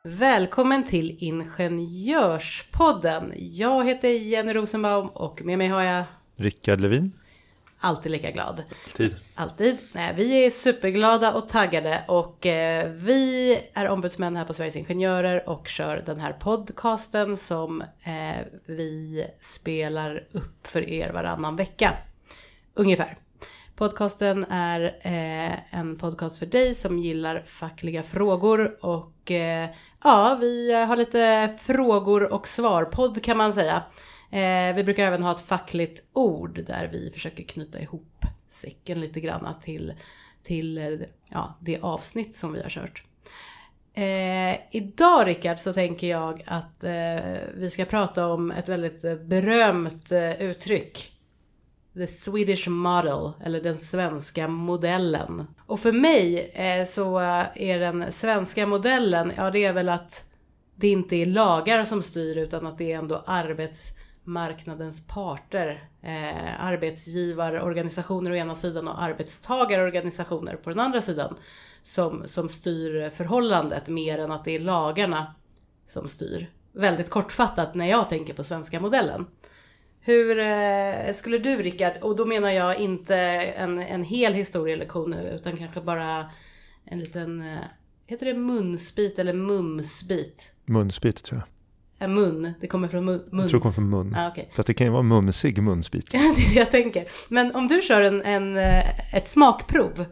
Välkommen till Ingenjörspodden. Jag heter Jenny Rosenbaum och med mig har jag Rickard Levin. Alltid lika glad. Alltid. Nej, vi är superglada och taggade och vi är ombudsmän här på Sveriges Ingenjörer och kör den här podcasten som vi spelar upp för er varannan vecka. Ungefär. Podcasten är en podcast för dig som gillar fackliga frågor och vi har lite frågor och svarpodd kan man säga. Vi brukar även ha ett fackligt ord där vi försöker knyta ihop säcken lite grann till det avsnitt som vi har kört. Idag Rickard så tänker jag att vi ska prata om ett väldigt berömt uttryck. The Swedish model, eller den svenska modellen. Och för mig så är den svenska modellen, det är väl att det inte är lagar som styr utan att det är ändå arbetsmarknadens parter. Arbetsgivarorganisationer å ena sidan och arbetstagarorganisationer på den andra sidan som styr förhållandet mer än att det är lagarna som styr. Väldigt kortfattat när jag tänker på svenska modellen. Hur skulle du Rickard, och då menar jag inte en hel historielektion nu utan kanske bara en liten, heter det munsbit eller mumsbit? Munsbit tror jag. En mun, det kommer från mun. Jag tror det kommer från mun. Okay. För att det kan ju vara mumsig munsbit. Det är det jag tänker. Men om du kör ett smakprov.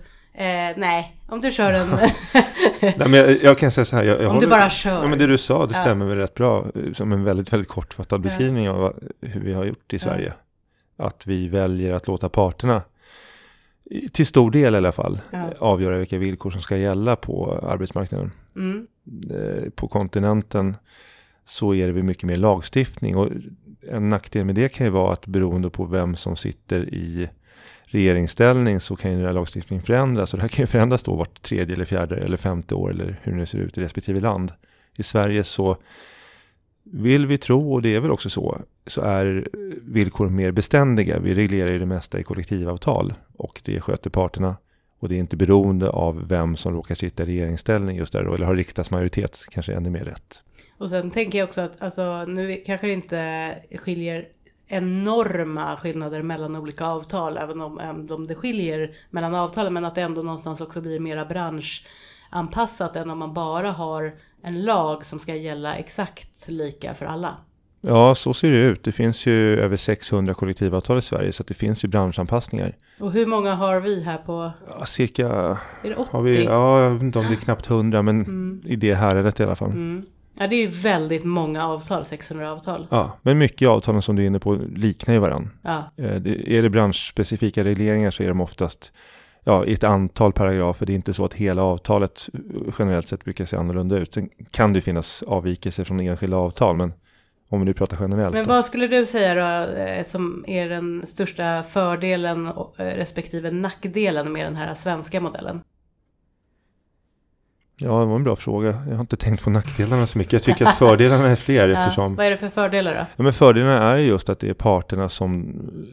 Om du kör en... Nej, men jag kan säga så här. Om du bara kör. Ja, men det du sa, det stämmer väl rätt bra. Som en väldigt, väldigt kortfattad beskrivning av hur vi har gjort i Sverige. Att vi väljer att låta parterna, till stor del i alla fall, avgöra vilka villkor som ska gälla på arbetsmarknaden. Mm. På kontinenten så är det mycket mer lagstiftning. Och en nackdel med det kan ju vara att beroende på vem som sitter i regeringsställning så kan ju den här lagstiftningen förändras. Och det här kan ju förändras då vart 3:e eller 4:e eller 5:e år eller hur det ser ut i respektive land. I Sverige så vill vi tro, och det är väl också så är villkor mer beständiga. Vi reglerar ju det mesta i kollektivavtal och det sköter parterna. Och det är inte beroende av vem som råkar sitta i regeringsställning just där då, eller har riksdagsmajoritet, kanske ännu mer rätt. Och sen tänker jag också att nu kanske det inte skiljer enorma skillnader mellan olika avtal, även om det skiljer mellan avtalen, men att det ändå någonstans också blir mera branschanpassat än om man bara har en lag som ska gälla exakt lika för alla. Ja, så ser det ut. Det finns ju över 600 kollektivavtal i Sverige, så att det finns ju branschanpassningar. Och hur många har vi här på? Ja, cirka... Är det 80? Har vi, jag vet inte om det är knappt 100, men i det här är det i alla fall. Mm. Ja, det är ju väldigt många avtal, 600 avtal. Ja, men mycket avtalen som du är inne på liknar ju varandra. Ja. Är det branschspecifika regleringar så är de oftast i ett antal paragrafer. Det är inte så att hela avtalet generellt sett brukar se annorlunda ut. Sen kan det finnas avvikelser från enskilda avtal, men om vi nu pratar generellt. Men vad skulle du säga då som är den största fördelen respektive nackdelen med den här svenska modellen? Ja, det var en bra fråga. Jag har inte tänkt på nackdelarna så mycket. Jag tycker att fördelarna är fler eftersom... Vad är det för fördelar då? Ja, men fördelarna är just att det är parterna som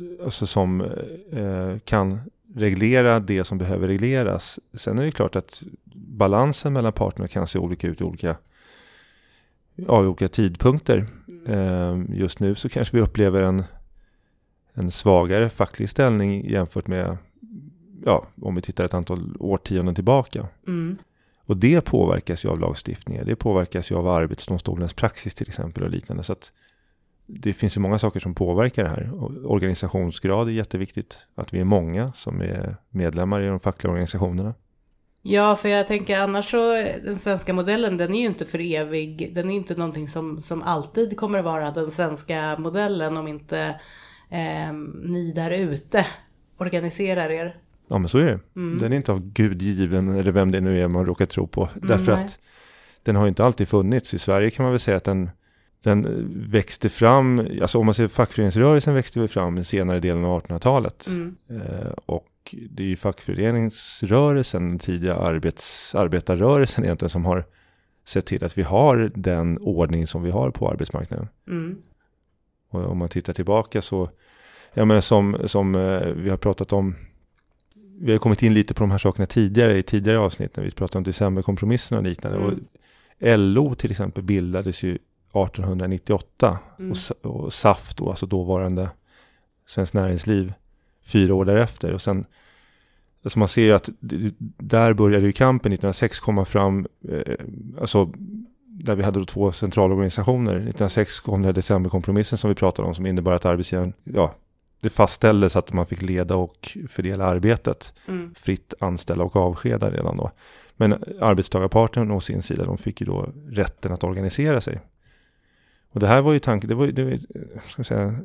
kan reglera det som behöver regleras. Sen är det klart att balansen mellan parterna kan se olika ut i olika tidpunkter. Just nu så kanske vi upplever en svagare facklig ställning jämfört med om vi tittar ett antal årtionden tillbaka. Mm. Och det påverkas ju av lagstiftningar. Det påverkas ju av arbetsdomstolens praxis till exempel och liknande. Så att det finns ju många saker som påverkar det här. Organisationsgrad är jätteviktigt. Att vi är många som är medlemmar i de fackliga organisationerna. Ja, för jag tänker annars så den svenska modellen, den är ju inte för evig. Den är inte någonting som alltid kommer att vara den svenska modellen om inte ni där ute organiserar er. Ja, men så är det. Mm. Den är inte av Gud given eller vem det nu är man råkar tro på. Därför att den har inte alltid funnits. I Sverige kan man väl säga att den växte fram, alltså om man ser fackföreningsrörelsen växte vi fram i senare delen av 1800-talet. Mm. Och det är ju fackföreningsrörelsen, den tidiga arbetarrörelsen egentligen som har sett till att vi har den ordning som vi har på arbetsmarknaden. Mm. Och om man tittar tillbaka så, jag menar som vi har pratat om, vi har kommit in lite på de här sakerna tidigare i tidigare avsnitt när vi pratade om decemberkompromisserna och liknande. Och LO till exempel bildades ju 1898 och SAF då, alltså dåvarande Svenskt Näringsliv 4 år därefter. Och sen, alltså man ser ju att där började ju kampen 1906 komma fram, alltså där vi hade då 2 centralorganisationer. 1906 kom det decemberkompromissen som vi pratade om, som innebar att arbetsgivaren, det fastställdes att man fick leda och fördela arbetet, fritt anställa och avskeda redan då. Men arbetstagarparten å sin sida, de fick ju då rätten att organisera sig. Och det här var ju tanken, det var ska jag säga,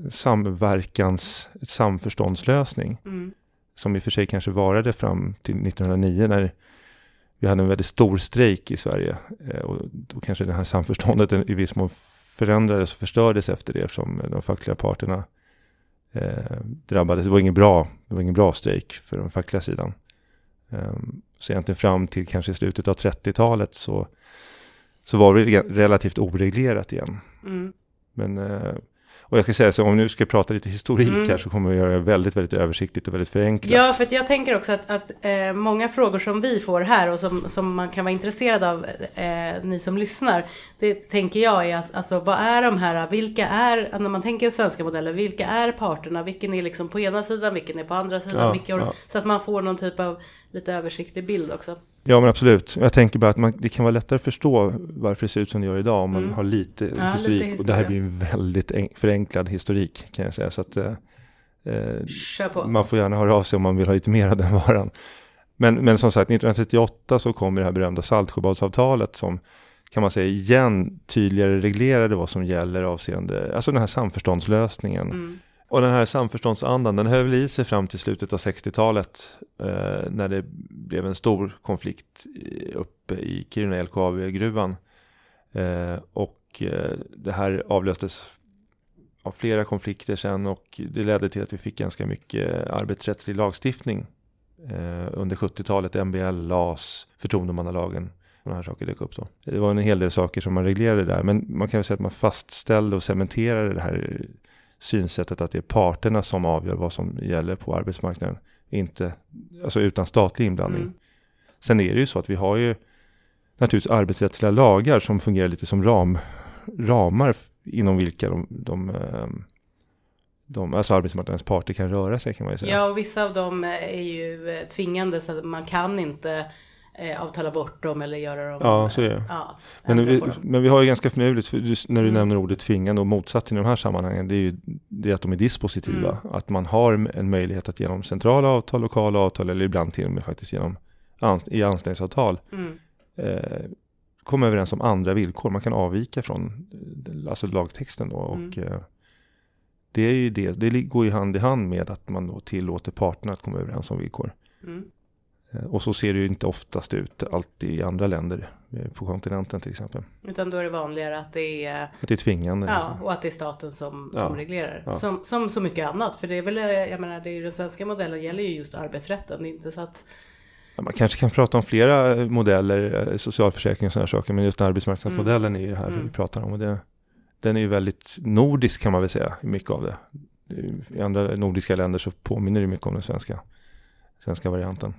ett samförståndslösning. Som i och för sig kanske varade fram till 1909 när vi hade en väldigt stor strejk i Sverige. Och då kanske det här samförståndet i viss mån förändrades och förstördes efter det, eftersom de fackliga parterna drabbades. Det var ingen bra strejk för den fackliga sidan. Så egentligen fram till kanske slutet av 30-talet så var det relativt oreglerat igen. Men, och jag ska säga så, om nu ska prata lite historik här, så kommer jag göra det väldigt, väldigt översiktligt och väldigt förenklat. Ja, för att jag tänker också att många frågor som vi får här och som man kan vara intresserad av, ni som lyssnar, det tänker jag är att alltså, vad är de här, vilka är, när man tänker svenska modeller, vilka är parterna, vilken är liksom på ena sidan, vilken är på andra sidan, så att man får någon typ av lite översiktlig bild också. Ja, men absolut. Jag tänker bara att det kan vara lättare att förstå varför det ser ut som det gör idag om man har lite historik. Och det här blir en väldigt förenklad historik, kan jag säga. Så att man får gärna höra av sig om man vill ha lite mer av den varan. Men som sagt, 1938 så kom det här berömda Saltsjöbadsavtalet som, kan man säga igen, tydligare reglerade vad som gäller avseende, alltså den här samförståndslösningen. Och den här samförståndsandan, den höll i sig fram till slutet av 60-talet när det blev en stor konflikt uppe i Kiruna LKAB-gruvan. Och det här avlöstes av flera konflikter sen, och det ledde till att vi fick ganska mycket arbetsrättslig lagstiftning under 70-talet, MBL, LAS, förtroendemannalagen. Sådana här saker dök upp då. Det var en hel del saker som man reglerade där, men man kan väl säga att man fastställde och cementerade det här synsättet att det är parterna som avgör vad som gäller på arbetsmarknaden, inte, alltså utan statlig inblandning. Sen är det ju så att vi har ju naturligtvis arbetsrättsliga lagar som fungerar lite som ramar inom vilka alltså arbetsmarknadens parter kan röra sig, kan man ju säga. Ja, och vissa av dem är ju tvingande, så att man kan inte avtala bort dem eller göra dem. Ja, så är det. Men vi har ju ganska förnuvligt, när du nämner ordet tvingande, och motsatsen i de här sammanhangen, det är ju det att de är dispositiva. Att man har en möjlighet att genom centrala avtal, lokala avtal, eller ibland till och med faktiskt genom i anställningsavtal komma överens om andra villkor. Man kan avvika från alltså lagtexten då, och det är ju det går ju hand i hand med att man då tillåter parterna att komma överens om villkor. Och så ser det ju inte oftast ut alltid i andra länder, på kontinenten till exempel. Utan då är det vanligare att det är tvingande. Ja, och att det är staten som reglerar. Ja. Som så mycket annat. För det är väl, jag menar, det är ju, den svenska modellen gäller ju just arbetsrätten. Det är inte så att... Ja, man kanske kan prata om flera modeller, socialförsäkring och sådana saker, men just arbetsmarknadsmodellen är ju det här vi pratar om. Och den är ju väldigt nordisk, kan man väl säga, mycket av det. I andra nordiska länder så påminner det mycket om den svenska varianten.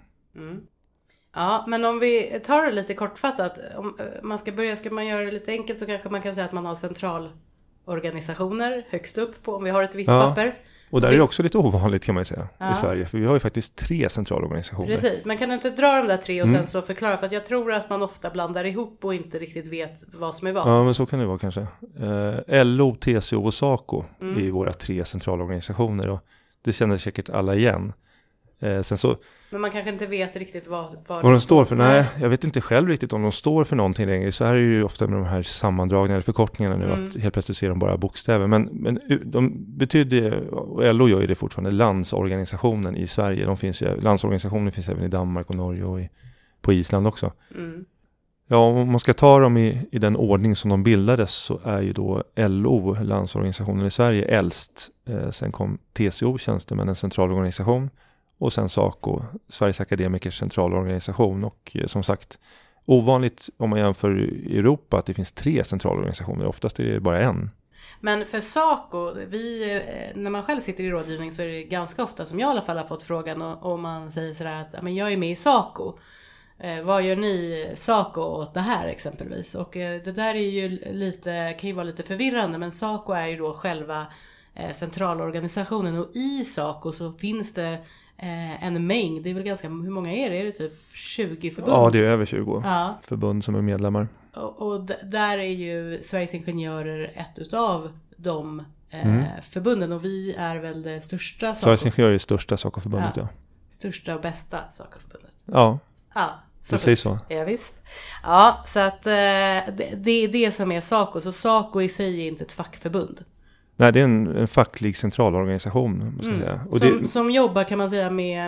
Ja, men om vi tar det lite kortfattat, om man ska man göra det lite enkelt, så kanske man kan säga att man har centralorganisationer högst upp på, om vi har ett vitt papper. Och där är det också lite ovanligt, kan man säga, i Sverige, för vi har ju faktiskt 3 centralorganisationer. Precis, men kan du inte dra de där 3 och sen så förklara, för att jag tror att man ofta blandar ihop och inte riktigt vet vad som är vad. Ja, men så kan det vara kanske. LO, TCO och SACO är våra 3 centralorganisationer, och det känner säkert alla igen. Sen så... Men man kanske inte vet riktigt vad de står för. Nej, jag vet inte själv riktigt om de står för någonting längre. Så här är det ju ofta med de här sammandragningarna eller förkortningarna nu, att helt plötsligt ser de bara bokstäver. Men de betyder, och LO gör ju det fortfarande, Landsorganisationen i Sverige. Landsorganisationen finns även i Danmark och Norge och på Island också. Ja, om man ska ta dem i den ordning som de bildades, så är ju då LO, Landsorganisationen i Sverige, äldst. Sen kom TCO, Tjänstemännens centralorganisation. Och sen SACO, Sveriges akademikers centralorganisation. Och som sagt, ovanligt om man jämför i Europa att det finns 3 centralorganisationer. Oftast är det bara en. Men för SACO, när man själv sitter i rådgivning, så är det ganska ofta som jag i alla fall har fått frågan, och man säger sådär att men jag är med i SACO. Vad gör ni SACO åt det här exempelvis? Och det där är ju kan ju vara lite förvirrande, men SACO är ju då själva centralorganisationen, och i SACO så finns det en mängd, det är väl ganska, hur många är det? Är det typ 20 förbund? Ja, det är över 20 förbund som är medlemmar. Och där är ju Sveriges Ingenjörer ett utav de förbunden, och vi är väl det största SACO. Sveriges Ingenjörer är det största SACO-förbundet, ja. Största och bästa SACO-förbundet. Ja. Ja, precis så. Ja, visst. Ja, så att det är det som är SACO. Så SACO i sig är inte ett fackförbund. Nej, det är en facklig centralorganisation. Ska säga. Och som jobbar, kan man säga,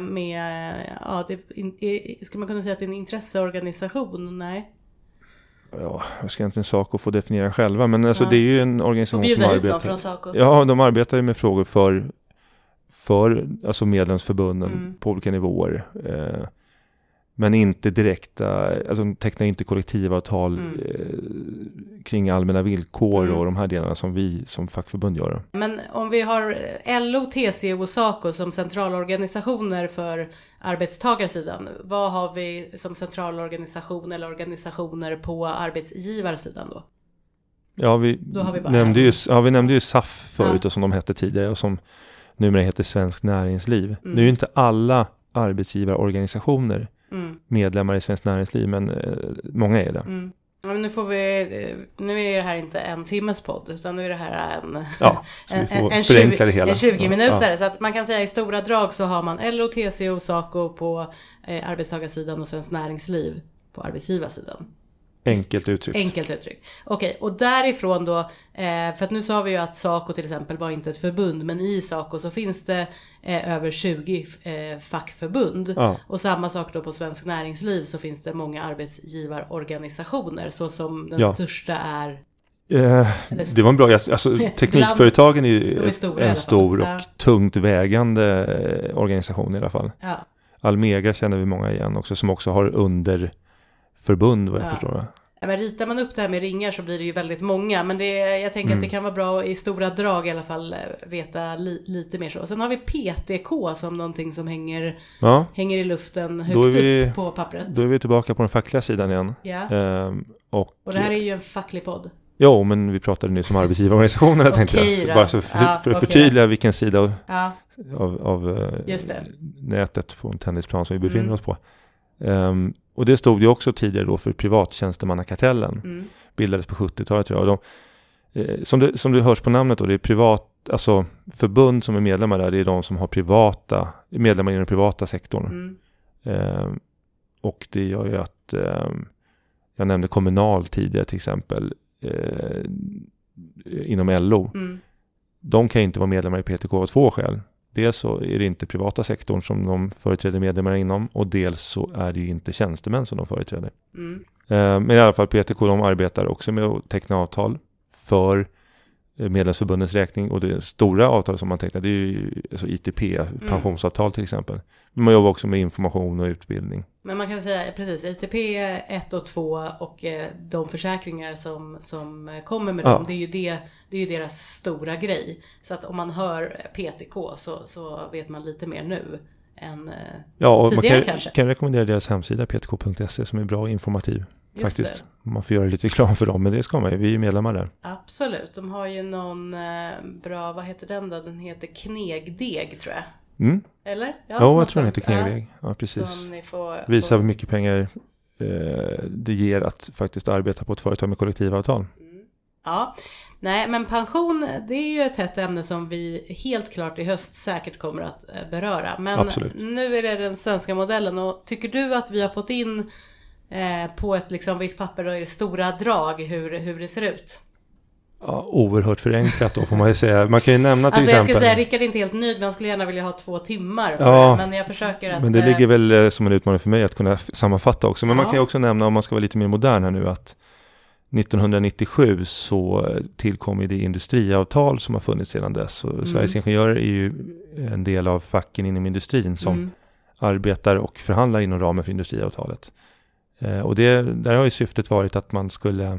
ska man kunna säga att det är en intresseorganisation? Nej. Ja, jag ska inte en SACO få definiera själva. Men alltså, det är ju en organisation som arbetar. Från SACO. Ja, de arbetar ju med frågor för alltså medlemsförbunden på olika nivåer. Men inte direkta, alltså tecknar inte kollektivavtal kring allmänna villkor och de här delarna som vi som fackförbund gör. Men om vi har LO, TCO och SACO som centralorganisationer för arbetstagarsidan, vad har vi som centralorganisation eller organisationer på arbetsgivarsidan då? Ja, vi nämnde ju SAF förut, och som de hette tidigare och som numera heter Svenskt Näringsliv. Nu är ju inte alla arbetsgivarorganisationer medlemmar i Svenskt Näringsliv, men många är det. Ja, men nu är det här inte en timmes podd, utan nu är det här en 20 minuter. Ja. Så att man kan säga i stora drag så har man LO, TCO, SACO på arbetstagarsidan och Svenskt Näringsliv på arbetsgivarsidan. Enkelt uttryckt. Okej, och därifrån då, för att nu sa vi ju att SACO till exempel var inte ett förbund, men i SACO så finns det över 20 fackförbund. Ja. Och samma sak då på Svensk Näringsliv så finns det många arbetsgivarorganisationer, så som den största är... det var en bra, alltså teknikföretagen är ju en stor och tungt vägande organisation i alla fall. Ja. Almega känner vi många igen också, som också har förbund, vad jag förstår. Ja, men ritar man upp det här med ringar så blir det ju väldigt många. Men jag tänker att det kan vara bra i stora drag i alla fall veta lite mer så. Sen har vi PTK som någonting som hänger i luften högt upp på pappret. Då är vi tillbaka på den fackliga sidan igen. Ja. Och det här är ju en facklig podd. Ja, men vi pratade nyss om arbetsgivarorganisationerna tänkte jag. Bara så för att förtydliga vilken sida av nätet på en tennisplan som vi befinner oss på. Och det stod ju också tidigare då för privattjänstemannakartellen. Bildades på 70-talet tror jag. Som du hörs på namnet då, det är privat, alltså förbund som är medlemmar där, det är de som har medlemmar i den privata sektorn. Och det gör ju att jag nämnde Kommunal tidigare till exempel inom LO. De kan inte vara medlemmar i PTK av två skäl. Dels så är det inte privata sektorn som de företräder medlemmar inom, och dels så är det ju inte tjänstemän som de företräder. Men i alla fall PTK, de arbetar också med att teckna avtal för medlemsförbundens räkning, och det stora avtal som man tecknar det är ju alltså ITP, pensionsavtal till exempel. Men man jobbar också med information och utbildning. Men man kan säga precis, ITP 1 och 2 och de försäkringar som kommer med dem, det är ju deras stora grej. Så att om man hör PTK så vet man lite mer nu än tidigare kanske. Man kan rekommendera deras hemsida ptk.se som är bra och informativ. Just faktiskt. Det. Man får göra lite reklam för dem, men det ska man ju. Vi är medlemmar där. Absolut. De har ju någon bra, vad heter den då? Den heter Knegdeg tror jag. Eller? Ja, jag tror den heter Knegdeg. Ja, precis. Visar hur mycket pengar det ger att faktiskt arbeta på ett företag med kollektivavtal. Ja, nej men pension, det är ju ett hett ämne som vi helt klart i höst säkert kommer att beröra. Men absolut. Nu är det den svenska modellen, och tycker du att vi har fått in på ett liksom vitt papper och i stora drag hur det ser ut? Ja, oerhört förenklat då får man ju säga. Man kan ju nämna till exempel... Jag ska säga, Rickard är inte helt nöjd, man skulle gärna vilja ha 2 timmar för det, men jag försöker att... Men det ligger väl som en utmaning för mig att kunna sammanfatta också. Men man kan ju också nämna, om man ska vara lite mer modern här nu, att 1997 så tillkom ju det industriavtal som har funnits sedan dess. Och Sveriges Ingenjörer är ju en del av facken inom industrin som arbetar och förhandlar inom ramen för industriavtalet. Och där har ju syftet varit att man skulle,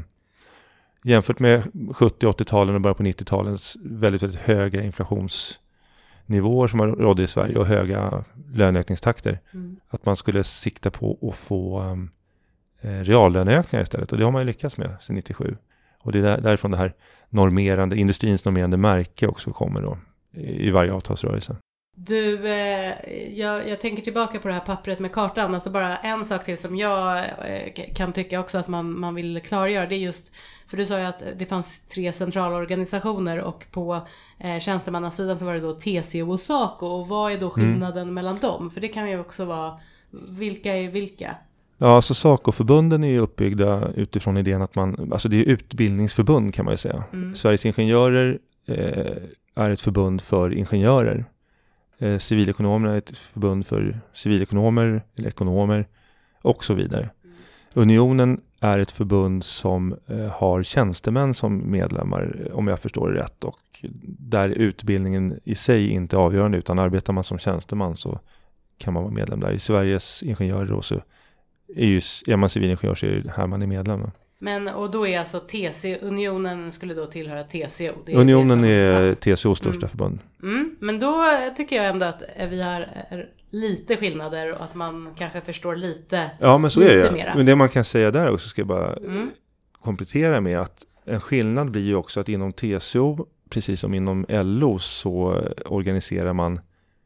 jämfört med 70-80-talen och början på 90-talens väldigt, väldigt höga inflationsnivåer nivåer som rådde i Sverige och höga löneökningstakter. Att man skulle sikta på att få reallöneökningar istället. Och det har man ju lyckats med sedan 97. Och det är därifrån det här industrins normerande märke också kommer då i varje avtalsrörelse. Du, jag tänker tillbaka på det här pappret med kartan. Alltså bara en sak till som jag kan tycka också att man vill klargöra. Det är just, för du sa ju att det fanns 3 centralorganisationer och på tjänstemannasidan så var det då TCO och SACO. Och vad är då skillnaden mellan dem? För det kan ju också vara, vilka är vilka? Ja, alltså SACO-förbunden är ju uppbyggda utifrån idén att alltså det är utbildningsförbund kan man ju säga. Sveriges ingenjörer är ett förbund för ingenjörer. Civilekonomerna är ett förbund för civilekonomer eller ekonomer och så vidare. Unionen är ett förbund som har tjänstemän som medlemmar, om jag förstår det rätt, och där utbildningen i sig inte är avgörande, utan arbetar man som tjänsteman så kan man vara medlem där. I Sveriges ingenjörer och så är man civilingenjör så är det här man är medlem. Men, och då är alltså Unionen skulle då tillhöra TCO. Unionen är TCOs största förbund. Men då tycker jag ändå att vi har lite skillnader och att man kanske förstår lite. Ja, men så lite är det. Mera. Men det man kan säga där också ska jag bara komplettera med att en skillnad blir ju också att inom TCO, precis som inom LO, så organiserar man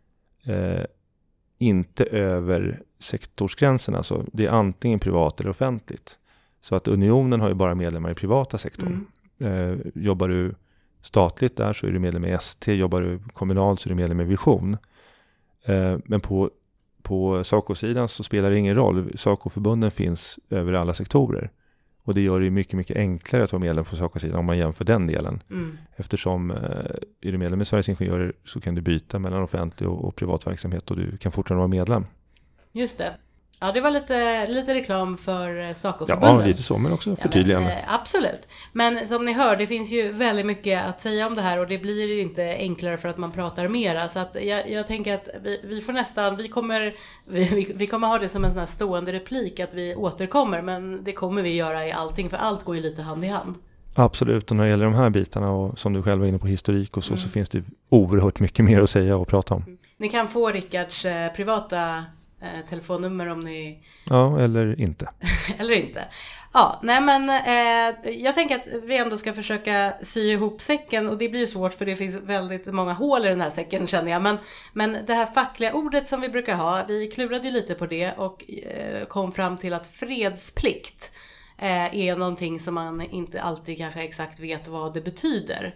inte över sektorsgränserna. Alltså det är antingen privat eller offentligt. Så att unionen har ju bara medlemmar i privata sektorn. Jobbar du statligt där så är du medlem i ST. Jobbar du kommunalt så är du medlem i Vision. Men på SACO-sidan så spelar det ingen roll. SACO-förbunden finns över alla sektorer. Och det gör det mycket, mycket enklare att vara medlem på SACO-sidan om man jämför den delen. Eftersom är du medlem i Sveriges ingenjörer så kan du byta mellan offentlig och privat verksamhet och du kan fortfarande vara medlem. Just det. Ja, det var lite reklam för SACO-förbunden. Ja, lite så, men också förtydligande. Absolut. Men som ni hör, det finns ju väldigt mycket att säga om det här och det blir inte enklare för att man pratar mera. Så att jag tänker att vi får nästan, vi kommer ha det som en sån här stående replik att vi återkommer, men det kommer vi göra i allting, för allt går ju lite hand i hand. Absolut, och när det gäller de här bitarna och som du själv var inne på historik och så finns det oerhört mycket mer att säga och prata om. Ni kan få Rickards privata telefonnummer om ni... Ja, eller inte. Eller inte. Ja, nej men jag tänker att vi ändå ska försöka sy ihop säcken och det blir svårt för det finns väldigt många hål i den här säcken känner jag. Men det här fackliga ordet som vi brukar ha, vi klurade ju lite på det och kom fram till att fredsplikt är någonting som man inte alltid kanske exakt vet vad det betyder.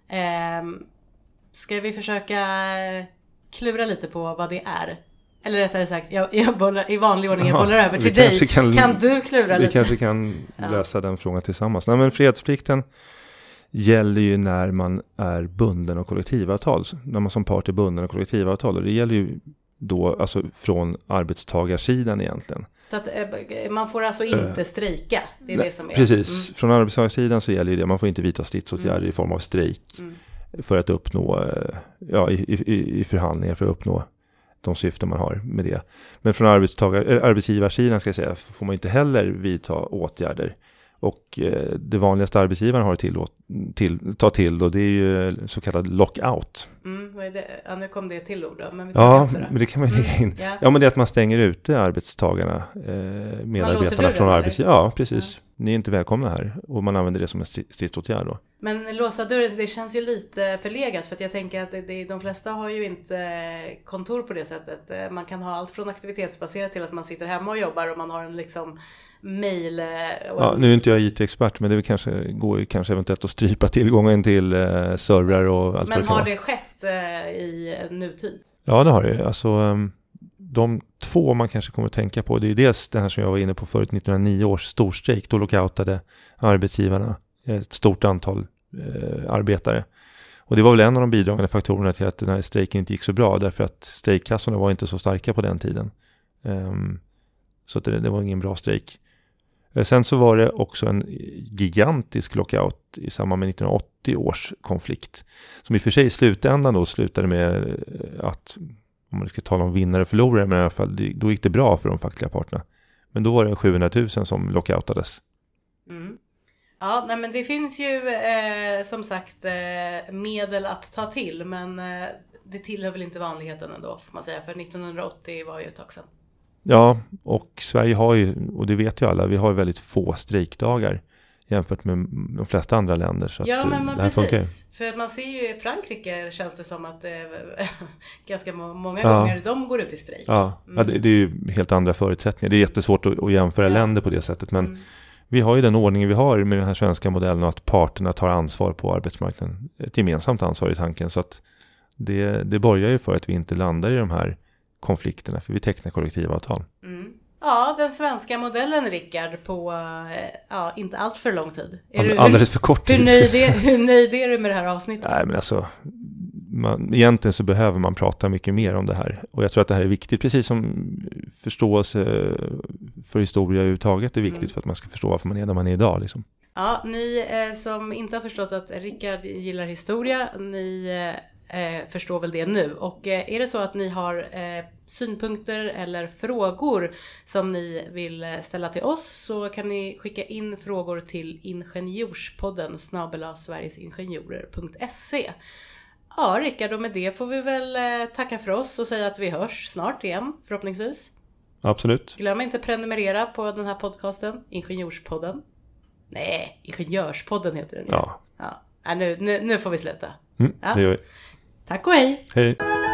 Ska vi försöka klura lite på vad det är? Eller rättare sagt, jag bollar, i vanlig ordning jag bollar över till dig. Kan du klura lite? Vi kanske kan lösa den frågan tillsammans. Nej, men fredsplikten gäller ju när man är bunden av kollektivavtal. När man som part är bunden av kollektivavtal. Och det gäller ju då alltså från arbetstagarsidan egentligen. Så att man får alltså inte strejka? Det är det som är. Precis. Från arbetstagarsidan så gäller ju det. Man får inte vidta stridsåtgärder i form av strejk. För att uppnå, i förhandlingar för att uppnå de syften man har med det. Men från arbetsgivarsidan ska jag säga får man inte heller vidta åtgärder. Och det vanligaste arbetsgivaren har ta till då, det är ju så kallad lockout. Vad är det? Ja, nu kom det till ord då. Men vi men det kan man lägga in. Ja, men det är att man stänger ute arbetstagarna, medarbetarna från arbetsgivaren. Ja, precis. Ni är inte välkomna här. Och man använder det som en stridsåtgärd då. Men låsa dörren, det känns ju lite förlegat. För att jag tänker att de flesta har ju inte kontor på det sättet. Man kan ha allt från aktivitetsbaserat till att man sitter hemma och jobbar. Och man har en liksom mail. Ja, nu är inte jag IT-expert, men det går kanske eventuellt att strypa tillgången till servrar och allt. Men har det skett i nutid? Ja, det har det. Alltså, de två man kanske kommer att tänka på, det är ju dels den här som jag var inne på förut, 1909 års storstrejk. Då lockoutade arbetsgivarna ett stort antal arbetare. Och det var väl en av de bidragande faktorerna till att den här strejken inte gick så bra, därför att strejkkassorna var inte så starka på den tiden. Så att det var ingen bra strejk. Sen så var det också en gigantisk lockout i samband med 1980 års konflikt. Som i och för sig i slutändan då slutade med att, om man ska tala om vinnare och förlorare, men i alla fall då gick det bra för de fackliga parterna. Men då var det 700 000 som lockoutades. Ja, nej, men det finns ju som sagt medel att ta till, men det tillhör väl inte vanligheten ändå, får man säga. För 1980 var ju ett tag sedan. Ja, och Sverige har ju, och det vet ju alla, vi har väldigt få strejkdagar jämfört med de flesta andra länder. Så ja, att, men det här precis. funkar. För man ser ju i Frankrike, känns det som att ganska många gånger de går ut i strejk. Ja, ja det är ju helt andra förutsättningar. Det är jättesvårt att jämföra länder på det sättet. Men vi har ju den ordningen vi har med den här svenska modellen, och att parterna tar ansvar på arbetsmarknaden. Ett gemensamt ansvar i tanken. Så att det borgar ju för att vi inte landar i de här konflikterna, för vi tecknar kollektivavtal. Ja, den svenska modellen, Rickard, på inte allt för lång tid. Alldeles för kort tid. Hur nöjd är du med det här avsnittet? Nej, men alltså, egentligen så behöver man prata mycket mer om det här. Och jag tror att det här är viktigt, precis som förståelse för historia överhuvudtaget är viktigt för att man ska förstå varför man är där man är idag. Liksom. Ja, ni som inte har förstått att Rickard gillar historia, ni förstår väl det nu. Och är det så att ni har synpunkter eller frågor som ni vill ställa till oss, så kan ni skicka in frågor till ingenjorspodden @sverigesingenjorer.se. Ja, Rickard, och med det får vi väl tacka för oss och säga att vi hörs snart igen, förhoppningsvis. Absolut. Glöm inte prenumerera på den här podcasten, Ingenjorspodden. Nej, Ingenjörspodden heter den. Ja. Nu får vi sluta. Det gör vi. Tack och hej! Hej!